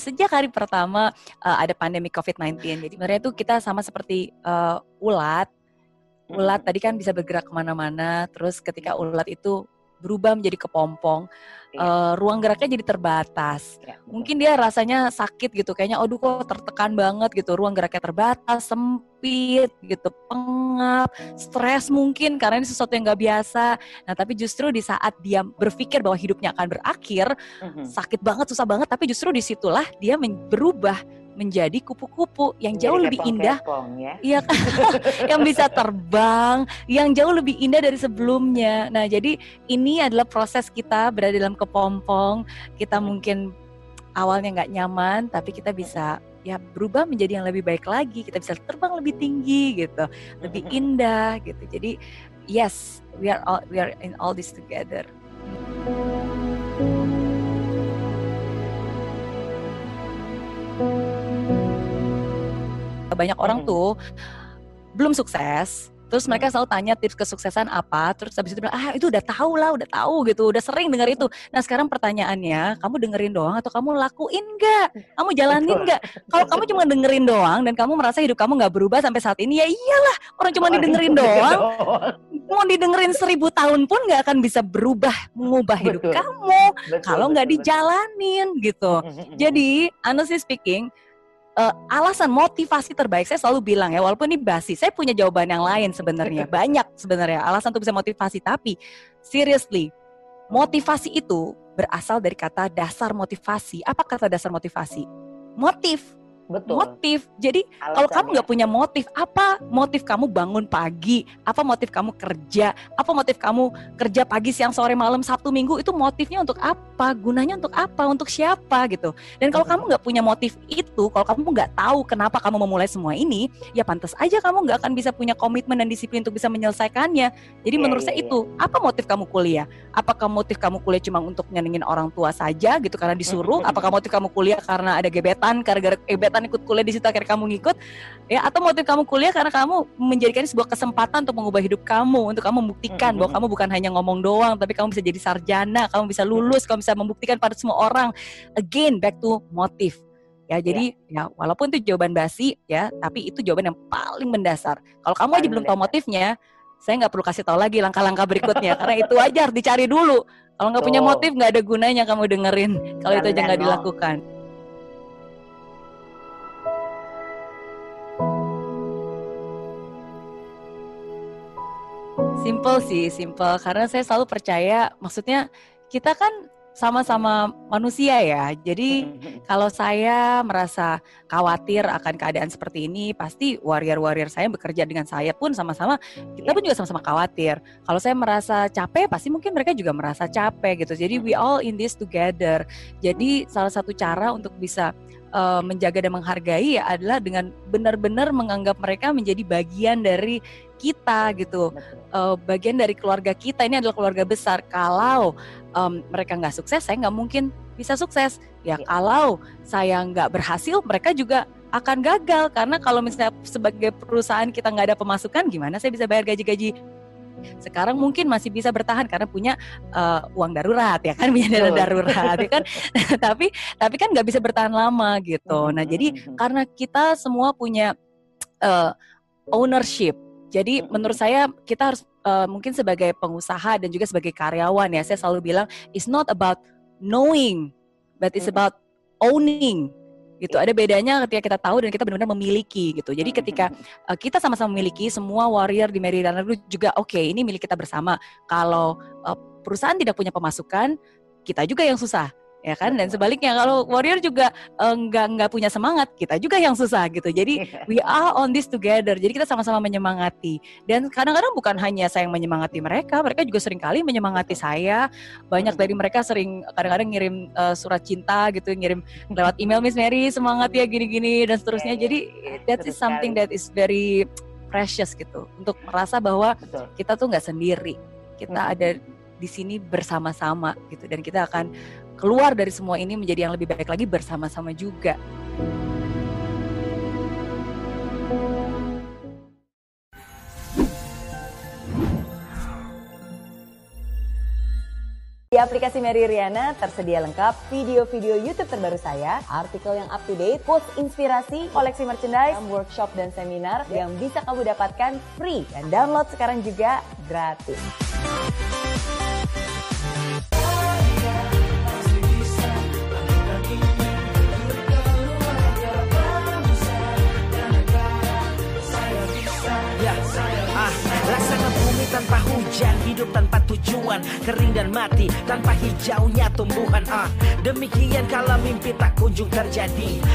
sejak hari pertama ada pandemi COVID-19. Jadi sebenarnya itu kita sama seperti ulat. Ulat tadi kan bisa bergerak kemana-mana. Terus ketika ulat itu berubah menjadi kepompong, ruang geraknya jadi terbatas. Mungkin dia rasanya sakit gitu, kayaknya aduh kok tertekan banget gitu, ruang geraknya terbatas, sempit gitu, pengap, stres mungkin karena ini sesuatu yang gak biasa. Nah tapi justru di saat dia berpikir bahwa hidupnya akan berakhir, sakit banget, susah banget, tapi justru disitulah dia berubah menjadi kupu-kupu yang jauh lebih indah, ya? Iya, yang bisa terbang, yang jauh lebih indah dari sebelumnya. Nah, jadi ini adalah proses kita berada dalam kepompong. Kita mungkin awalnya nggak nyaman, tapi kita bisa ya berubah menjadi yang lebih baik lagi. Kita bisa terbang lebih tinggi, gitu, lebih indah, gitu. Jadi, yes, we are in all this together. Banyak orang tuh belum sukses, terus mereka selalu tanya tips kesuksesan apa, terus habis itu bilang, itu udah tahu gitu, udah sering dengar itu. Nah sekarang pertanyaannya, kamu dengerin doang atau kamu lakuin nggak? Kamu jalanin nggak? Kalau kamu cuma dengerin doang dan kamu merasa hidup kamu nggak berubah sampai saat ini, ya iyalah, orang cuma didengerin doang. Mau didengerin 1000 tahun pun nggak akan bisa mengubah hidup kamu kalau nggak dijalanin gitu. Jadi, honestly speaking, alasan motivasi terbaik saya selalu bilang ya, walaupun ini basi, saya punya jawaban yang lain sebenarnya, banyak sebenarnya alasan untuk bisa motivasi, tapi seriously, motivasi itu berasal dari kata dasar motivasi. Apa kata dasar motivasi? Motif. Betul. Motif. Jadi kalau kamu nggak punya motif, apa motif kamu bangun pagi? Apa motif kamu kerja? Apa motif kamu kerja pagi, siang, sore, malam, Sabtu, Minggu? Itu motifnya untuk apa? Gunanya untuk apa? Untuk siapa gitu? Dan kalau kamu nggak punya motif itu, kalau kamu nggak tahu kenapa kamu memulai semua ini, ya pantas aja kamu nggak akan bisa punya komitmen dan disiplin untuk bisa menyelesaikannya. Jadi menurut saya itu, apa motif kamu kuliah? Apakah motif kamu kuliah cuma untuk nyenengin orang tua saja gitu karena disuruh? Apakah motif kamu kuliah karena ada gebetan, gara-gara gebetan ikut kuliah di situ akhirnya kamu ngikut, ya? Atau motif kamu kuliah karena kamu menjadikan sebuah kesempatan untuk mengubah hidup kamu, untuk kamu membuktikan bahwa kamu bukan hanya ngomong doang, tapi kamu bisa jadi sarjana, kamu bisa lulus, kamu bisa membuktikan pada semua orang. Again, back to motif. Ya, jadi ya walaupun itu jawaban basi ya, tapi itu jawaban yang paling mendasar. Kalau kamu aja belum tahu motifnya, saya nggak perlu kasih tahu lagi langkah-langkah berikutnya, karena itu aja harus dicari dulu. Kalau nggak punya motif, nggak ada gunanya kamu dengerin. Kalau itu aja nggak dilakukan. Simple sih, simple. Karena saya selalu percaya, maksudnya kita kan sama-sama manusia ya. Jadi kalau saya merasa khawatir akan keadaan seperti ini, pasti warrior-warrior saya bekerja dengan saya pun sama-sama, kita pun juga sama-sama khawatir. Kalau saya merasa capek, pasti mungkin mereka juga merasa capek gitu. Jadi we all in this together. Jadi salah satu cara untuk bisa menjaga dan menghargai ya adalah dengan benar-benar menganggap mereka menjadi bagian dari kita gitu, bagian dari keluarga kita. Ini adalah keluarga besar. Kalau mereka nggak sukses, saya nggak mungkin bisa sukses. Ya kalau saya nggak berhasil, mereka juga akan gagal. Karena kalau misalnya sebagai perusahaan kita nggak ada pemasukan, gimana saya bisa bayar gaji-gaji? Sekarang mungkin masih bisa bertahan karena punya uang darurat ya kan, punya dana darurat ya kan. tapi kan nggak bisa bertahan lama gitu. Nah jadi karena kita semua punya ownership. Jadi menurut saya kita harus mungkin sebagai pengusaha dan juga sebagai karyawan ya, saya selalu bilang it's not about knowing, but it's about owning. Gitu. Ada bedanya ketika kita tahu dan kita benar-benar memiliki gitu. Jadi ketika kita sama-sama memiliki, semua warrior di Mary Runner Group juga oke, ini milik kita bersama. Kalau perusahaan tidak punya pemasukan, kita juga yang susah. Ya kan, dan sebaliknya kalau warrior juga nggak punya semangat, kita juga yang susah gitu. Jadi we are on this together. Jadi kita sama-sama menyemangati. Dan kadang-kadang bukan hanya saya yang menyemangati mereka juga sering kali menyemangati saya. Banyak dari mereka sering kadang-kadang ngirim surat cinta gitu, ngirim lewat email, Miss Mary semangat ya gini-gini dan seterusnya. Jadi that is something that is very precious gitu. Untuk merasa bahwa kita tuh nggak sendiri. Kita ada di sini bersama-sama gitu, dan kita akan keluar dari semua ini menjadi yang lebih baik lagi bersama-sama juga. Di aplikasi Mary Riana tersedia lengkap video-video YouTube terbaru saya, artikel yang up to date, quotes inspirasi, koleksi merchandise, workshop dan seminar yang bisa kamu dapatkan free. Dan download sekarang juga gratis. Laksana bumi tanpa hujan, hidup tanpa tujuan, kering dan mati tanpa hijaunya tumbuhan. Demikian kalau mimpi tak kunjung terjadi.